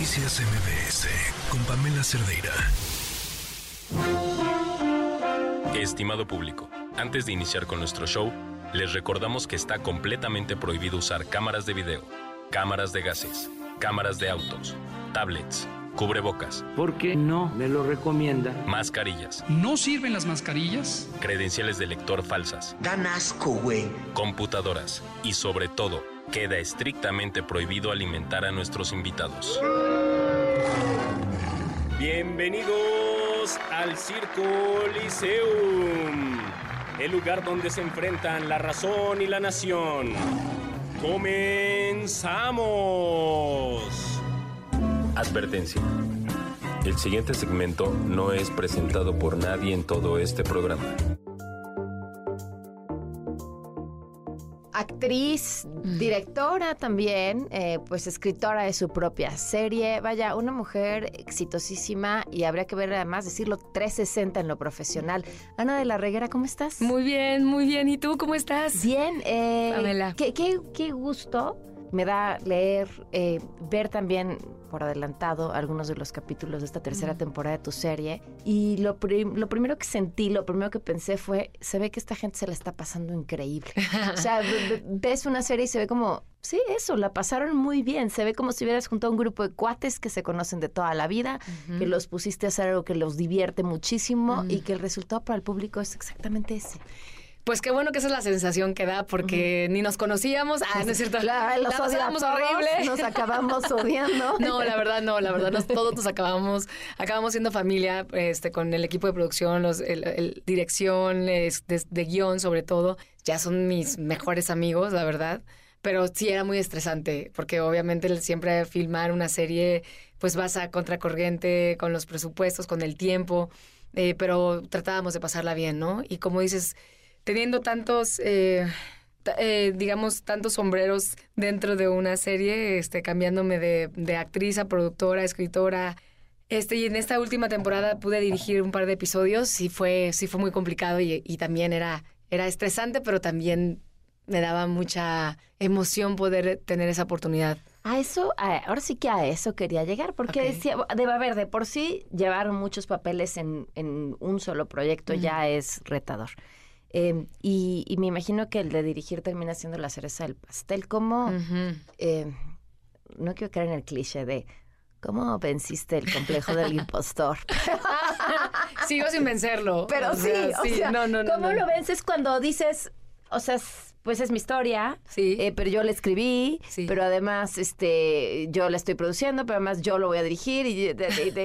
Noticias MBS con Pamela Cerdeira. Estimado público, antes de iniciar con nuestro show, les recordamos que está completamente prohibido usar cámaras de video, cámaras de gases, cámaras de autos, tablets, cubrebocas. Porque no me lo recomienda. Mascarillas. ¿No sirven las mascarillas? Credenciales de lector falsas. Dan asco, güey. Computadoras. Y sobre todo, queda estrictamente prohibido alimentar a nuestros invitados. Bienvenidos al Circo Liceum, el lugar donde se enfrentan la razón y la nación. ¡Comenzamos! Advertencia. El siguiente segmento no es presentado por nadie en todo este programa. Actriz, directora también, pues escritora de su propia serie. Vaya, una mujer exitosísima y habría que ver además decirlo 360 en lo profesional. Ana de la Reguera, ¿cómo estás? Muy bien, muy bien. ¿Y tú cómo estás? Bien, Pamela. Qué gusto me da leer, ver también por adelantado algunos de los capítulos de esta tercera temporada de tu serie. Y lo primero que sentí, lo primero que pensé fue, se ve que esta gente se la está pasando increíble. O sea, ves una serie y se ve como, sí, eso, la pasaron muy bien. Se ve como si hubieras juntado un grupo de cuates que se conocen de toda la vida, que los pusiste a hacer algo que los divierte muchísimo y que el resultado para el público es exactamente ese. Pues qué bueno que esa es la sensación que da, porque ni nos conocíamos. No es cierto. Los odiamos horrible. Nos acabamos odiando. No, la verdad, todos nos acabamos siendo familia, con el equipo de producción, dirección, de guión sobre todo. Ya son mis mejores amigos, la verdad. Pero sí era muy estresante, porque obviamente siempre filmar una serie, pues vas a contracorriente con los presupuestos, con el tiempo, pero tratábamos de pasarla bien, ¿no? Y como dices, teniendo tantos, tantos sombreros dentro de una serie, cambiándome de actriz a productora, escritora, y en esta última temporada pude dirigir un par de episodios, sí fue muy complicado y también era estresante, pero también me daba mucha emoción poder tener esa oportunidad. Ahora sí que a eso quería llegar, porque decía, de por sí llevar muchos papeles en un solo proyecto ya es retador. Y me imagino que el de dirigir termina siendo la cereza del pastel. ¿Cómo? No quiero caer en el cliché de ¿cómo venciste el complejo del impostor? Sigo sin vencerlo. Pero o sea, ¿cómo lo vences cuando dices, o sea, pues es mi historia, pero yo la escribí, pero además yo la estoy produciendo, pero además yo lo voy a dirigir y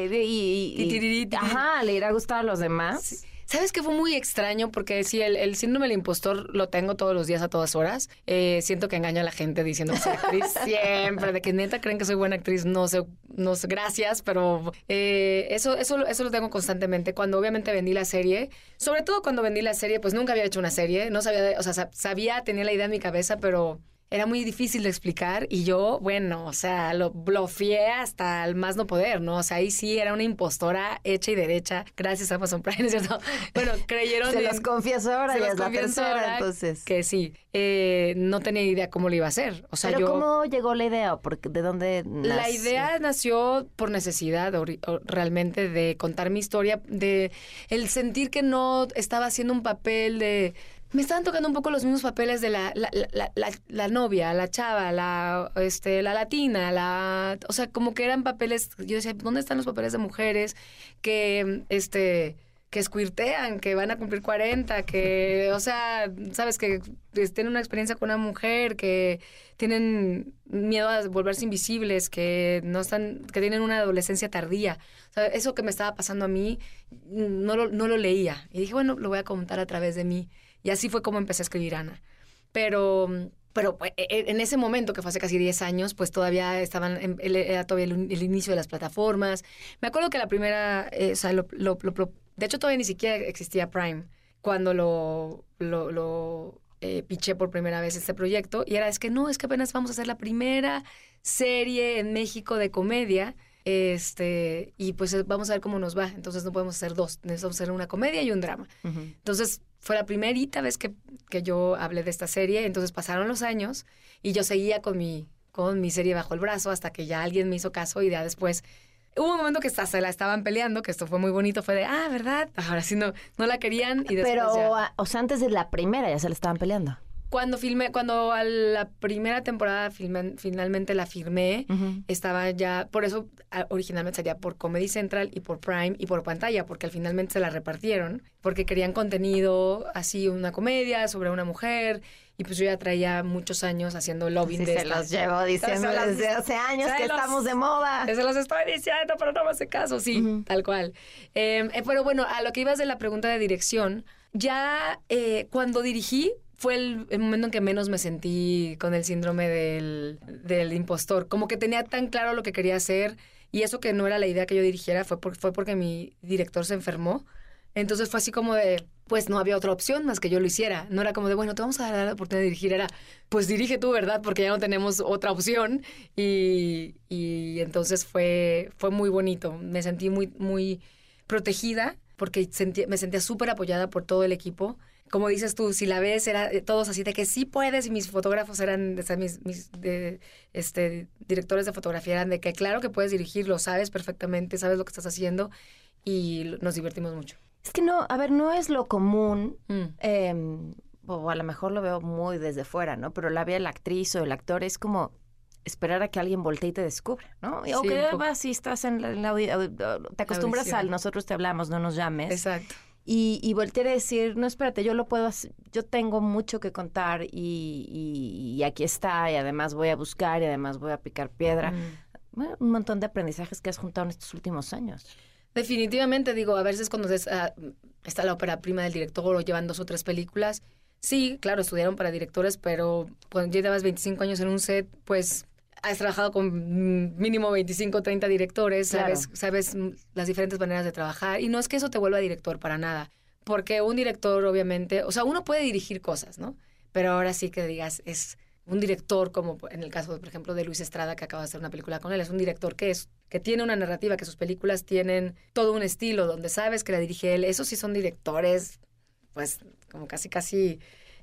le irá a gustar a los demás? Sí. ¿Sabes qué fue muy extraño? Porque sí, el síndrome del impostor lo tengo todos los días a todas horas. Siento que engaño a la gente diciendo que soy actriz siempre, de que neta creen que soy buena actriz. No sé, gracias, pero eso lo tengo constantemente. Cuando obviamente vendí la serie, sobre todo cuando vendí la serie, pues nunca había hecho una serie, no sabía, tenía la idea en mi cabeza, pero era muy difícil de explicar y yo, lo bloqueé hasta el más no poder, ¿no? O sea, ahí sí era una impostora hecha y derecha, gracias a Amazon Prime, ¿cierto? Bueno, creyeron... Se los confieso ahora, ya es la tercera, entonces. Que sí, no tenía idea cómo lo iba a hacer. O sea, ¿pero cómo llegó la idea? ¿De dónde nació? La idea nació por necesidad, realmente, de contar mi historia, de el sentir que no estaba haciendo un papel de... Me estaban tocando un poco los mismos papeles de la novia, la chava, la latina, o sea, como que eran papeles, yo decía, ¿dónde están los papeles de mujeres que squirtean, que van a cumplir 40, que, o sea, sabes, que tienen una experiencia con una mujer, que tienen miedo a volverse invisibles, que tienen una adolescencia tardía? O sea, eso que me estaba pasando a mí, no lo leía. Y dije, bueno, lo voy a contar a través de mí. Y así fue como empecé a escribir Ana. Pero en ese momento, que fue hace casi 10 años, pues todavía era todavía el inicio de las plataformas. Me acuerdo que la primera, de hecho todavía ni siquiera existía Prime cuando lo piché por primera vez este proyecto. Y es que apenas vamos a hacer la primera serie en México de comedia. Y pues vamos a ver cómo nos va. Entonces no podemos hacer dos, necesitamos hacer una comedia y un drama. Entonces fue la primerita vez que yo hablé de esta serie. Entonces pasaron los años y yo seguía con mi con mi serie bajo el brazo hasta que ya alguien me hizo caso y ya después... Hubo un momento que hasta se la estaban peleando, que esto fue muy bonito, fue de, ¿verdad? Ahora sí no la querían y después Pero, ya... o sea, antes de la primera ya se la estaban peleando. Cuando a la primera temporada finalmente la firmé, estaba ya, por eso originalmente salía por Comedy Central y por Prime y por pantalla, porque al finalmente se la repartieron, porque querían contenido así, una comedia sobre una mujer, y pues yo ya traía muchos años haciendo lobbying de se los llevo diciendo desde hace años que estamos de moda. Se los estoy diciendo, pero no me hace caso, sí, tal cual. Pero bueno, a lo que ibas de la pregunta de dirección, ya cuando dirigí, fue el momento en que menos me sentí con el síndrome del impostor. Como que tenía tan claro lo que quería hacer y eso que no era la idea que yo dirigiera fue porque mi director se enfermó. Entonces fue así como de, pues no había otra opción más que yo lo hiciera. No era como de, bueno, te vamos a dar la oportunidad de dirigir. Era, pues dirige tú, ¿verdad? Porque ya no tenemos otra opción. Y entonces fue muy bonito. Me sentí muy, muy protegida porque me sentía súper apoyada por todo el equipo. Como dices tú, si la ves, era todos así de que sí puedes, y mis fotógrafos eran, o sea, mis directores de fotografía eran de que claro que puedes dirigir, lo sabes perfectamente, sabes lo que estás haciendo, y nos divertimos mucho. Es que no es lo común, o a lo mejor lo veo muy desde fuera, ¿no? Pero la vida de la actriz o el actor es como esperar a que alguien voltee y te descubra, ¿no? O que si estás en te acostumbras al nosotros te hablamos, no nos llames. Exacto. Y voltear a decir, no, espérate, yo lo puedo hacer, yo tengo mucho que contar y aquí está, y además voy a buscar, y además voy a picar piedra. Bueno, un montón de aprendizajes que has juntado en estos últimos años. Definitivamente, digo, a veces cuando está la ópera prima del director o llevan 2 o 3 películas, sí, claro, estudiaron para directores, pero cuando ya llevas 25 años en un set, pues has trabajado con mínimo 25 o 30 directores, sabes las diferentes maneras de trabajar. Y no es que eso te vuelva director para nada. Porque un director, obviamente, o sea, uno puede dirigir cosas, ¿no? Pero ahora sí que digas, es un director, como en el caso, por ejemplo, de Luis Estrada, que acaba de hacer una película con él. Es un director que tiene una narrativa, que sus películas tienen todo un estilo, donde sabes que la dirige él. Esos sí son directores, pues, como casi...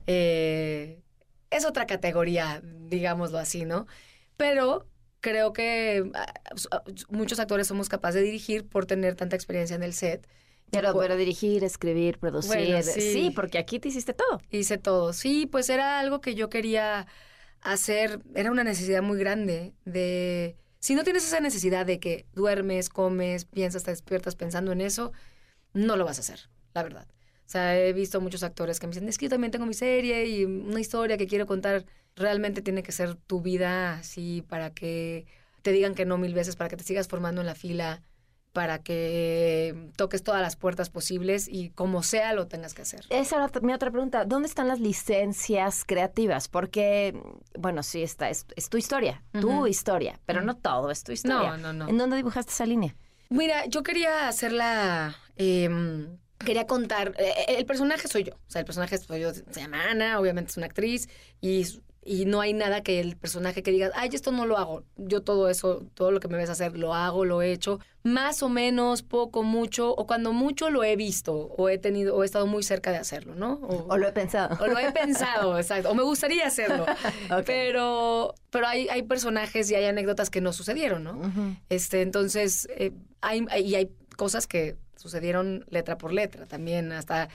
es otra categoría, digámoslo así, ¿no? Pero creo que muchos actores somos capaces de dirigir por tener tanta experiencia en el set. Pero dirigir, escribir, producir. Bueno, sí, porque aquí te hiciste todo. Hice todo. Sí, pues era algo que yo quería hacer. Era una necesidad muy grande de... Si no tienes esa necesidad de que duermes, comes, piensas, te despiertas pensando en eso, no lo vas a hacer, la verdad. O sea, he visto muchos actores que me dicen, es que yo también tengo mi serie y una historia que quiero contar. Realmente tiene que ser tu vida así para que te digan que no 1000 veces, para que te sigas formando en la fila, para que toques todas las puertas posibles y como sea lo tengas que hacer. Esa era mi otra pregunta. ¿Dónde están las licencias creativas? Porque, bueno, sí, es tu historia, tu historia, pero no todo es tu historia. No. ¿En dónde dibujaste esa línea? Mira, yo quería hacerla... quería contar... el personaje soy yo. O sea, el personaje soy yo, se llama Ana, obviamente es una actriz, y no hay nada que el personaje que diga, ay, esto no lo hago. Yo todo eso, todo lo que me ves hacer, lo hago, lo he hecho. Más o menos, poco, mucho, o cuando mucho lo he visto, o he estado muy cerca de hacerlo, ¿no? O lo he pensado. O lo he pensado, exacto. O me gustaría hacerlo. Okay. Pero hay personajes y hay anécdotas que no sucedieron, ¿no? Uh-huh. Entonces, hay cosas que sucedieron letra por letra también, hasta...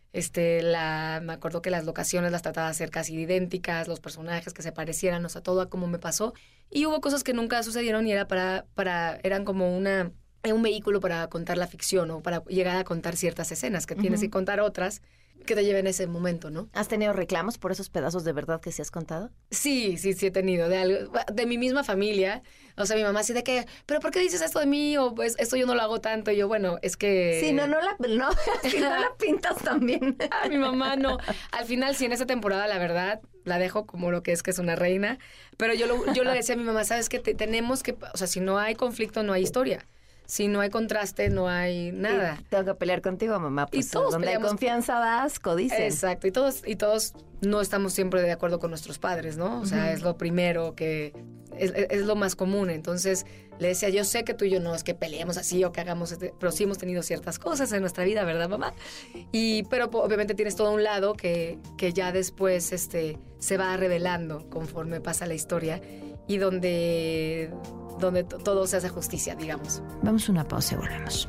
me acuerdo que las locaciones las trataba de hacer casi idénticas, los personajes que se parecieran, o sea, todo a como me pasó. Y hubo cosas que nunca sucedieron y era eran como un vehículo para contar la ficción o para llegar a contar ciertas escenas, que tienes que contar otras que te lleven ese momento, ¿no? ¿Has tenido reclamos por esos pedazos de verdad que sí has contado? Sí he tenido, de mi misma familia. O sea, mi mamá así de que, ¿pero por qué dices esto de mí? O pues esto yo no lo hago tanto. Y yo, bueno, es que... Sí, no la pintas también. Mi mamá no. Al final, sí, en esa temporada, la verdad, la dejo como lo que es una reina. Pero yo le decía a mi mamá, ¿sabes qué? Tenemos que... O sea, si no hay conflicto, no hay historia. Si no hay contraste, no hay nada. Y tengo que pelear contigo, mamá. Pues y todos donde hay confianza das, codicen. Exacto. Y todos no estamos siempre de acuerdo con nuestros padres, ¿no? O sea, es lo primero que... Es lo más común. Entonces le decía, yo sé que tú y yo no es que peleemos así o que hagamos... pero sí hemos tenido ciertas cosas en nuestra vida, ¿verdad, mamá? Pero obviamente tienes todo un lado que ya después se va revelando conforme pasa la historia y donde todo se hace justicia, digamos. Vamos a una pausa y volvemos.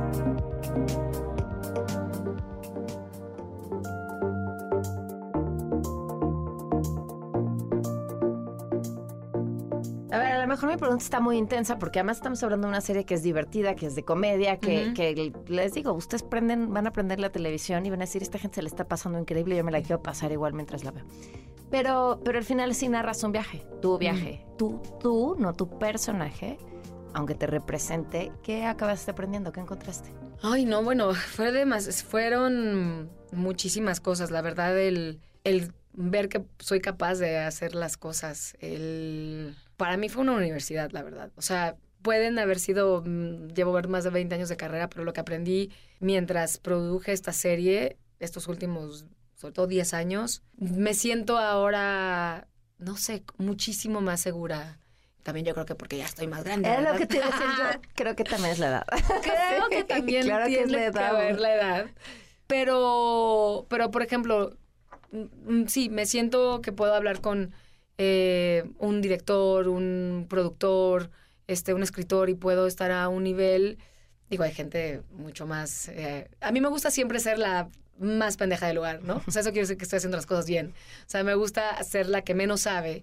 A ver, a lo mejor mi pregunta está muy intensa porque además estamos hablando de una serie que es divertida, que es de comedia, que les digo, ustedes van a prender la televisión y van a decir, esta gente se le está pasando increíble, yo me la quiero pasar igual mientras la veo. Pero al final sí narras un viaje, tu viaje. Tú, no tu personaje, aunque te represente, ¿qué acabaste aprendiendo? ¿Qué encontraste? Ay, no, bueno, fueron muchísimas cosas. La verdad, el ver que soy capaz de hacer las cosas, para mí fue una universidad, la verdad. O sea, pueden haber sido, llevo más de 20 años de carrera, pero lo que aprendí mientras produje esta serie, estos últimos, sobre todo 10 años, me siento ahora, no sé, muchísimo más segura. También yo creo que porque ya estoy más grande. Era lo que te iba a decir yo. Creo que también es la edad. Creo que también claro tiene que ver la edad. Pero, por ejemplo, sí, me siento que puedo hablar con un director, un productor, un escritor y puedo estar a un nivel... Digo, hay gente mucho más... a mí me gusta siempre ser la más pendeja del lugar, ¿no? O sea, eso quiere decir que estoy haciendo las cosas bien. O sea, me gusta ser la que menos sabe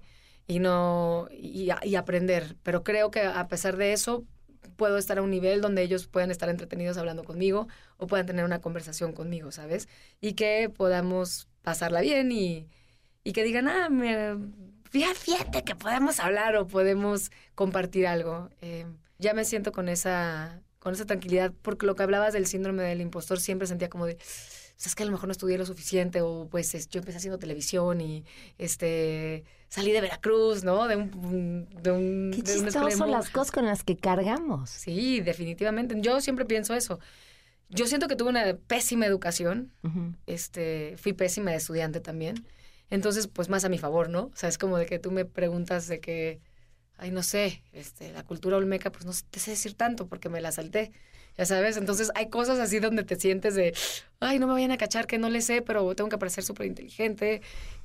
y aprender. Pero creo que a pesar de eso, puedo estar a un nivel donde ellos puedan estar entretenidos hablando conmigo o puedan tener una conversación conmigo, ¿sabes? Y que podamos pasarla bien y que digan, fíjate que podemos hablar o podemos compartir algo. Ya me siento con esa tranquilidad, porque lo que hablabas del síndrome del impostor siempre sentía como de, pues es que a lo mejor no estudié lo suficiente o pues yo empecé haciendo televisión y salí de Veracruz, ¿no? Qué chistoso son las cosas con las que cargamos. Sí, definitivamente. Yo siempre pienso eso. Yo siento que tuve una pésima educación. Uh-huh. Fui pésima de estudiante también. Entonces, pues más a mi favor, ¿no? O sea, es como de que tú me preguntas de que, ay, no sé, la cultura olmeca, pues no te sé decir tanto porque me la salté, ya sabes. Entonces hay cosas así donde te sientes de, ay, no me vayan a cachar que no le sé, pero tengo que parecer súper inteligente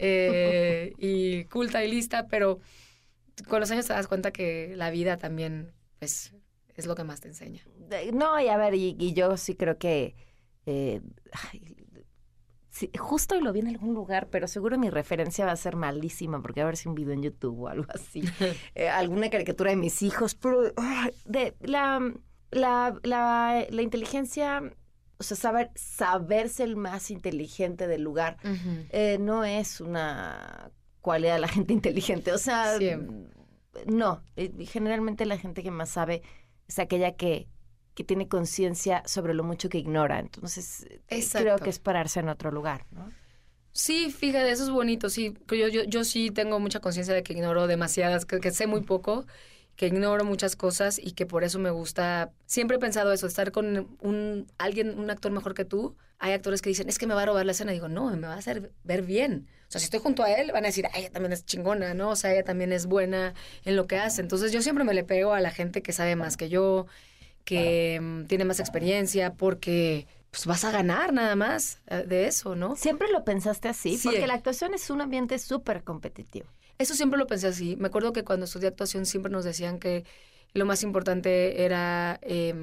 y culta y lista, pero con los años te das cuenta que la vida también, pues, es lo que más te enseña. No, y a ver, y yo sí creo que... sí, justo hoy lo vi en algún lugar, pero seguro mi referencia va a ser malísima, porque va a ver si un video en YouTube o algo así. Alguna caricatura de mis hijos, pero de la inteligencia, o sea, saberse el más inteligente del lugar, uh-huh. No es una cualidad de la gente inteligente. O sea, sí. No. Generalmente la gente que más sabe es aquella que tiene conciencia sobre lo mucho que ignora. Entonces, exacto. Creo que es pararse en otro lugar, ¿no? Sí, fíjate, eso es bonito, sí. Yo sí tengo mucha conciencia de que ignoro demasiadas, que sé muy poco, que ignoro muchas cosas y que por eso me gusta. Siempre he pensado eso, estar con un actor mejor que tú. Hay actores que dicen, es que me va a robar la escena. Digo, no, me va a hacer ver bien. O sea, si estoy junto a él, van a decir, ella también es chingona, ¿no? O sea, ella también es buena en lo que hace. Entonces, yo siempre me le pego a la gente que sabe más que yo, que tiene más experiencia, porque pues vas a ganar nada más de eso, ¿no? ¿Siempre lo pensaste así? Sí. Porque la actuación es un ambiente súper competitivo. Eso siempre lo pensé así. Me acuerdo que cuando estudié actuación siempre nos decían que lo más importante era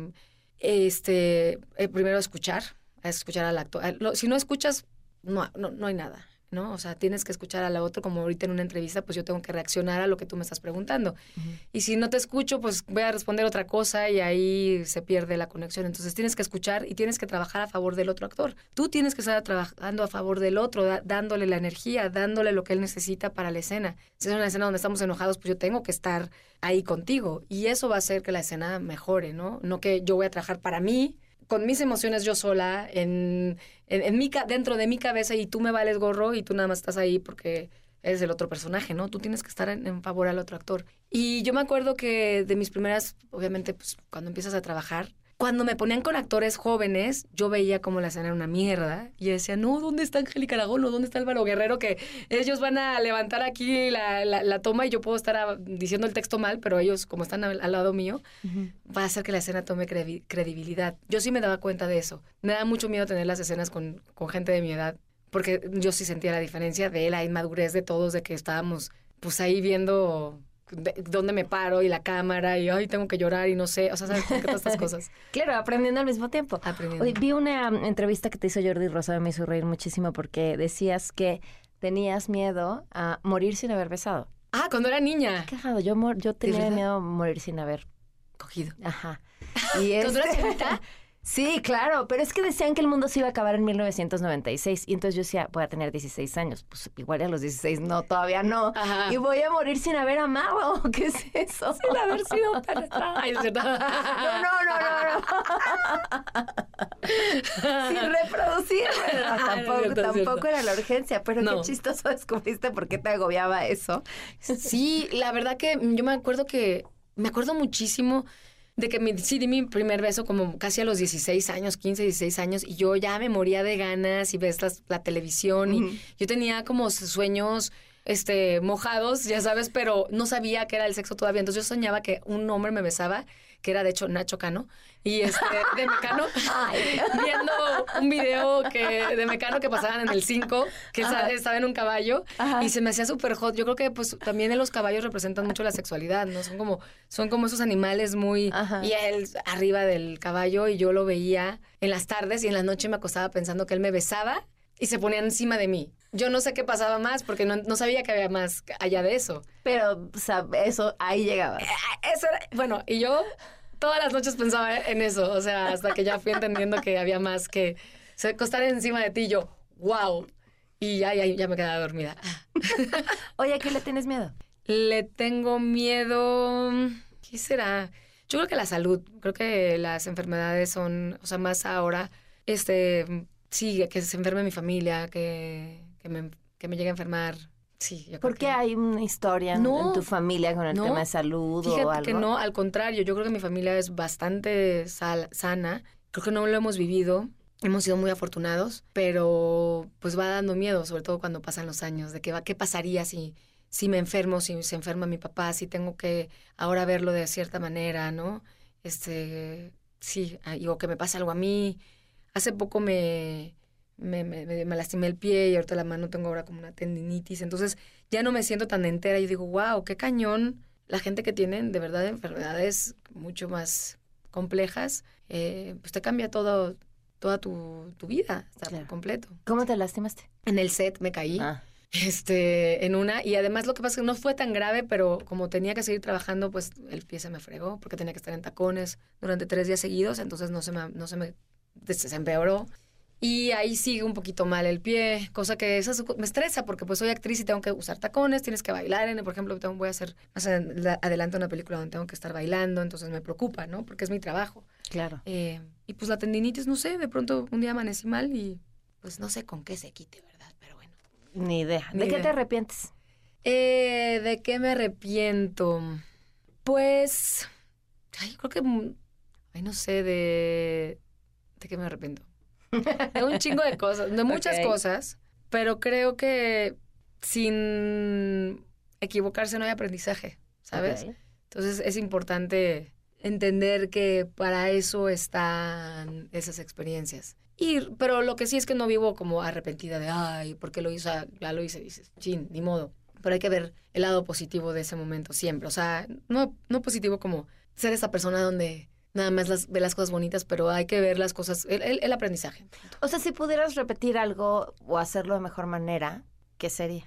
primero escuchar al actor. Si no escuchas, no hay nada, ¿no? O sea, tienes que escuchar a la otra, como ahorita en una entrevista, pues yo tengo que reaccionar a lo que tú me estás preguntando. Uh-huh. Y si no te escucho, pues voy a responder otra cosa y ahí se pierde la conexión. Entonces tienes que escuchar y tienes que trabajar a favor del otro actor. Tú tienes que estar trabajando a favor del otro, dándole la energía, dándole lo que él necesita para la escena. Si es una escena donde estamos enojados, pues yo tengo que estar ahí contigo. Y eso va a hacer que la escena mejore, ¿no? No que yo voy a trabajar para mí, con mis emociones yo sola, dentro de mi cabeza, y tú me vales gorro y tú nada más estás ahí porque eres el otro personaje, ¿no? Tú tienes que estar en favor al otro actor. Y yo me acuerdo que de mis primeras, obviamente, pues cuando empiezas a trabajar, Cuando me ponían con actores jóvenes, yo veía como la escena era una mierda y decía, no, ¿dónde está Angélica Aragón o dónde está Álvaro Guerrero? Que ellos van a levantar aquí la toma y yo puedo estar diciendo el texto mal, pero ellos, como están al lado mío, va a hacer que la escena tome credibilidad. Yo sí me daba cuenta de eso. Me da mucho miedo tener las escenas con gente de mi edad, porque yo sí sentía la diferencia de la inmadurez de todos, de que estábamos pues ahí viendo dónde me paro y la cámara y ay, tengo que llorar y no sé, o sea, ¿sabes? Como que todas estas cosas. Claro, aprendiendo al mismo tiempo. Aprendiendo. Hoy vi una entrevista que te hizo Jordi Rosado y me hizo reír muchísimo porque decías que tenías miedo a morir sin haber besado. Ah, cuando era niña. Qué cagado, yo tenía verdad? miedo a morir sin haber. Cogido. Ajá. Y ¿Cuando eras chiquita? Sí, claro, pero es que decían que el mundo se iba a acabar en 1996 y entonces yo decía, voy a tener 16 años, pues igual a los 16 no, todavía no, Ajá. y voy a morir sin haber amado, ¿qué es eso? Sin haber sido penetrada. Ay, es cierto. No. Sin reproducirme, no, tampoco era la urgencia, pero No. qué chistoso descubriste por qué te agobiaba eso. Sí, la verdad que yo me acuerdo muchísimo de que di mi primer beso como casi a los 16 años, 15, 16 años, y yo ya me moría de ganas y ves la televisión y yo tenía como sueños mojados, ya sabes, pero no sabía que era el sexo todavía. Entonces yo soñaba que un hombre me besaba, que era de hecho Nacho Cano, y de Mecano, viendo un video de Mecano que pasaban en el 5, que estaba en un caballo, y se me hacía súper hot. Yo creo que pues también los caballos representan mucho la sexualidad, ¿no? Son como esos animales muy... Y él arriba del caballo, y yo lo veía en las tardes, y en la noche me acostaba pensando que él me besaba, y se ponía encima de mí. Yo no sé qué pasaba más, porque no sabía que había más allá de eso. Pero, o sea, eso, ahí llegaba. Eso era, bueno, y yo todas las noches pensaba en eso, o sea, hasta que ya fui entendiendo que había más que acostar encima de ti, y yo, wow, y ya me quedaba dormida. Oye, ¿a qué le tienes miedo? Le tengo miedo, ¿qué será? Yo creo que la salud, creo que las enfermedades son, o sea, más ahora, sí, que se enferme mi familia, que me llegue a enfermar. Sí, yo creo ¿Por qué hay una historia en tu familia con el tema de salud o algo? Fíjate que no, al contrario, yo creo que mi familia es bastante sana. Creo que no lo hemos vivido, hemos sido muy afortunados, pero pues va dando miedo, sobre todo cuando pasan los años, de qué pasaría si me enfermo, si se enferma mi papá, si tengo que ahora verlo de cierta manera, ¿no? Sí, o que me pase algo a mí. Hace poco me lastimé el pie y ahorita la mano tengo ahora como una tendinitis. Entonces ya no me siento tan entera y digo, wow, qué cañón la gente que tiene de verdad enfermedades mucho más complejas. Pues te cambia toda tu vida, está por completo. ¿Cómo te lastimaste? En el set me caí. En una, y además lo que pasa es que no fue tan grave, pero como tenía que seguir trabajando, pues el pie se me fregó porque tenía que estar en tacones durante 3 días seguidos, entonces se empeoró. Y ahí sigue un poquito mal el pie, cosa que me estresa porque pues soy actriz y tengo que usar tacones, tienes que bailar. Por ejemplo, voy a hacer más adelante una película donde tengo que estar bailando, entonces me preocupa, ¿no? Porque es mi trabajo. Claro. Y pues la tendinitis, no sé, de pronto un día amanecí mal y pues no sé con qué se quite, ¿verdad? Pero bueno. Ni idea. ¿De qué te arrepientes? ¿De qué me arrepiento? Pues, creo que, no sé, ¿de qué me arrepiento? De un chingo de cosas, de muchas cosas, pero creo que sin equivocarse no hay aprendizaje, ¿sabes? Entonces es importante entender que para eso están esas experiencias. Pero lo que sí es que no vivo como arrepentida de, ay, ¿por qué lo hice? Ya lo hice, dices, chin, ni modo. Pero hay que ver el lado positivo de ese momento siempre. O sea, no positivo como ser esa persona donde nada más ve las cosas bonitas, pero hay que ver las cosas, el aprendizaje. O sea, si pudieras repetir algo o hacerlo de mejor manera, ¿qué sería?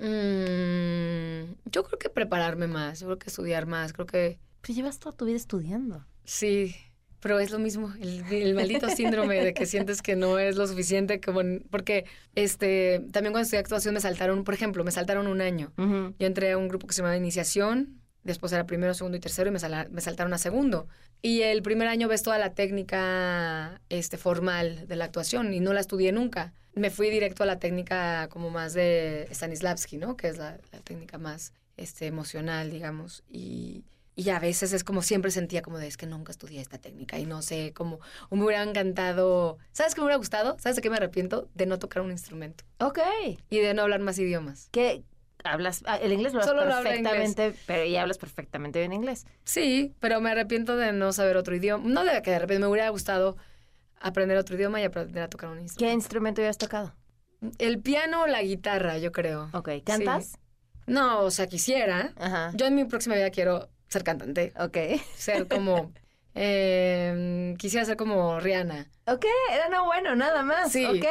Yo creo que prepararme más, yo creo que estudiar más, creo que... Pero llevas toda tu vida estudiando. Sí, pero es lo mismo, el maldito síndrome de que sientes que no es lo suficiente, porque también cuando estudié actuación me saltaron un año. Uh-huh. Yo entré a un grupo que se llamaba Iniciación, después era primero, segundo y tercero, y me saltaron a segundo. Y el primer año ves toda la técnica formal de la actuación, y no la estudié nunca. Me fui directo a la técnica como más de Stanislavski, ¿no? Que es la técnica más emocional, digamos. Y Y a veces es como siempre sentía como de, es que nunca estudié esta técnica y no sé, como me hubiera encantado. ¿Sabes qué me hubiera gustado? ¿Sabes de qué me arrepiento? De no tocar un instrumento. Ok. Y de no hablar más idiomas. ¿Qué hablas? El inglés lo Solo lo hablas hablo perfectamente, pero ya hablas perfectamente bien inglés. Sí, pero me arrepiento de no saber otro idioma. No de que de repente me hubiera gustado aprender otro idioma y aprender a tocar un ¿Qué instrumento. instrumento habías tocado? El piano o la guitarra, yo creo. Ok. ¿Cantas? Sí. No, o sea, quisiera. Ajá. Yo en mi próxima vida quiero ser cantante. Ok. Ser como... quisiera ser como Rihanna. Ok, era no bueno, nada más. Sí. Ok.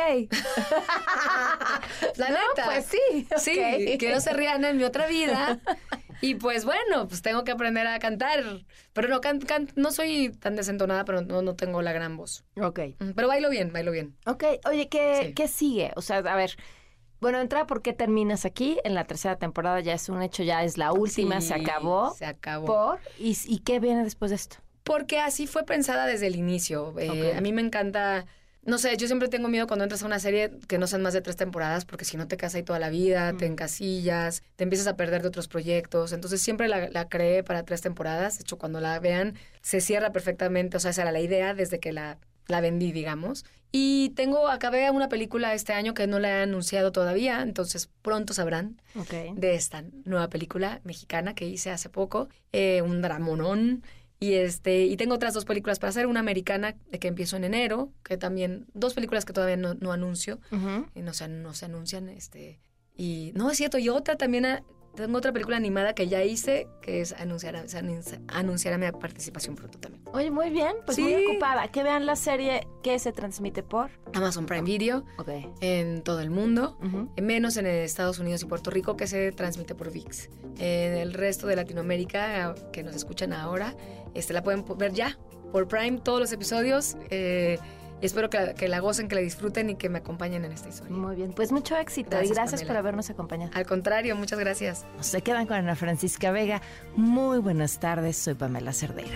La No, neta. pues sí. Sí, ok. quiero ser Rihanna en mi otra vida. Y pues bueno, pues tengo que aprender a cantar. Pero no, no soy tan desentonada, pero no tengo la gran voz. Ok. Pero bailo bien, bailo bien. Ok. Oye, Sí. ¿qué sigue? O sea, a ver... Bueno, entrada, ¿por qué terminas aquí? En la tercera temporada ya es un hecho, ya es la última, Sí, se acabó. Se acabó. ¿Por? ¿Y qué viene después de esto? Porque así fue pensada desde el inicio. Ok. A mí me encanta... No sé, yo siempre tengo miedo cuando entras a una serie que no sean más de 3 temporadas, porque si no te quedas ahí toda la vida, te encasillas, te empiezas a perder de otros proyectos. Entonces siempre la creé para 3 temporadas. De hecho, cuando la vean, se cierra perfectamente. O sea, esa era la idea desde que la vendí, digamos. Y acabé una película este año que no la he anunciado todavía, entonces pronto sabrán de esta nueva película mexicana que hice hace poco, un dramonón. Y tengo otras 2 películas para hacer, una americana que empiezo en enero, que también 2 películas que todavía no anuncio, y no se anuncian, y no, es cierto, y otra también, tengo otra película animada que ya hice, que es anunciará mi participación pronto también. Oye, muy bien, pues Sí. muy ocupada. Que vean la serie que se transmite por... Amazon Prime Video, Ok. en todo el mundo, Ujú. menos en Estados Unidos y Puerto Rico, que se transmite por ViX. En el resto de Latinoamérica, que nos escuchan ahora, la pueden ver ya por Prime, todos los episodios. Y espero que la gocen, que la disfruten y que me acompañen en esta historia. Muy bien, pues mucho éxito Gracias, y gracias Pamela. por habernos acompañado. Al contrario, muchas gracias. Se quedan con Ana Francisca Vega. Muy buenas tardes, soy Pamela Cerdeira.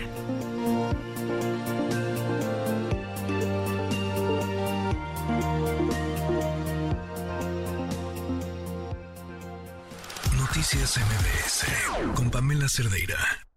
Noticias MBS con Pamela Cerdeira.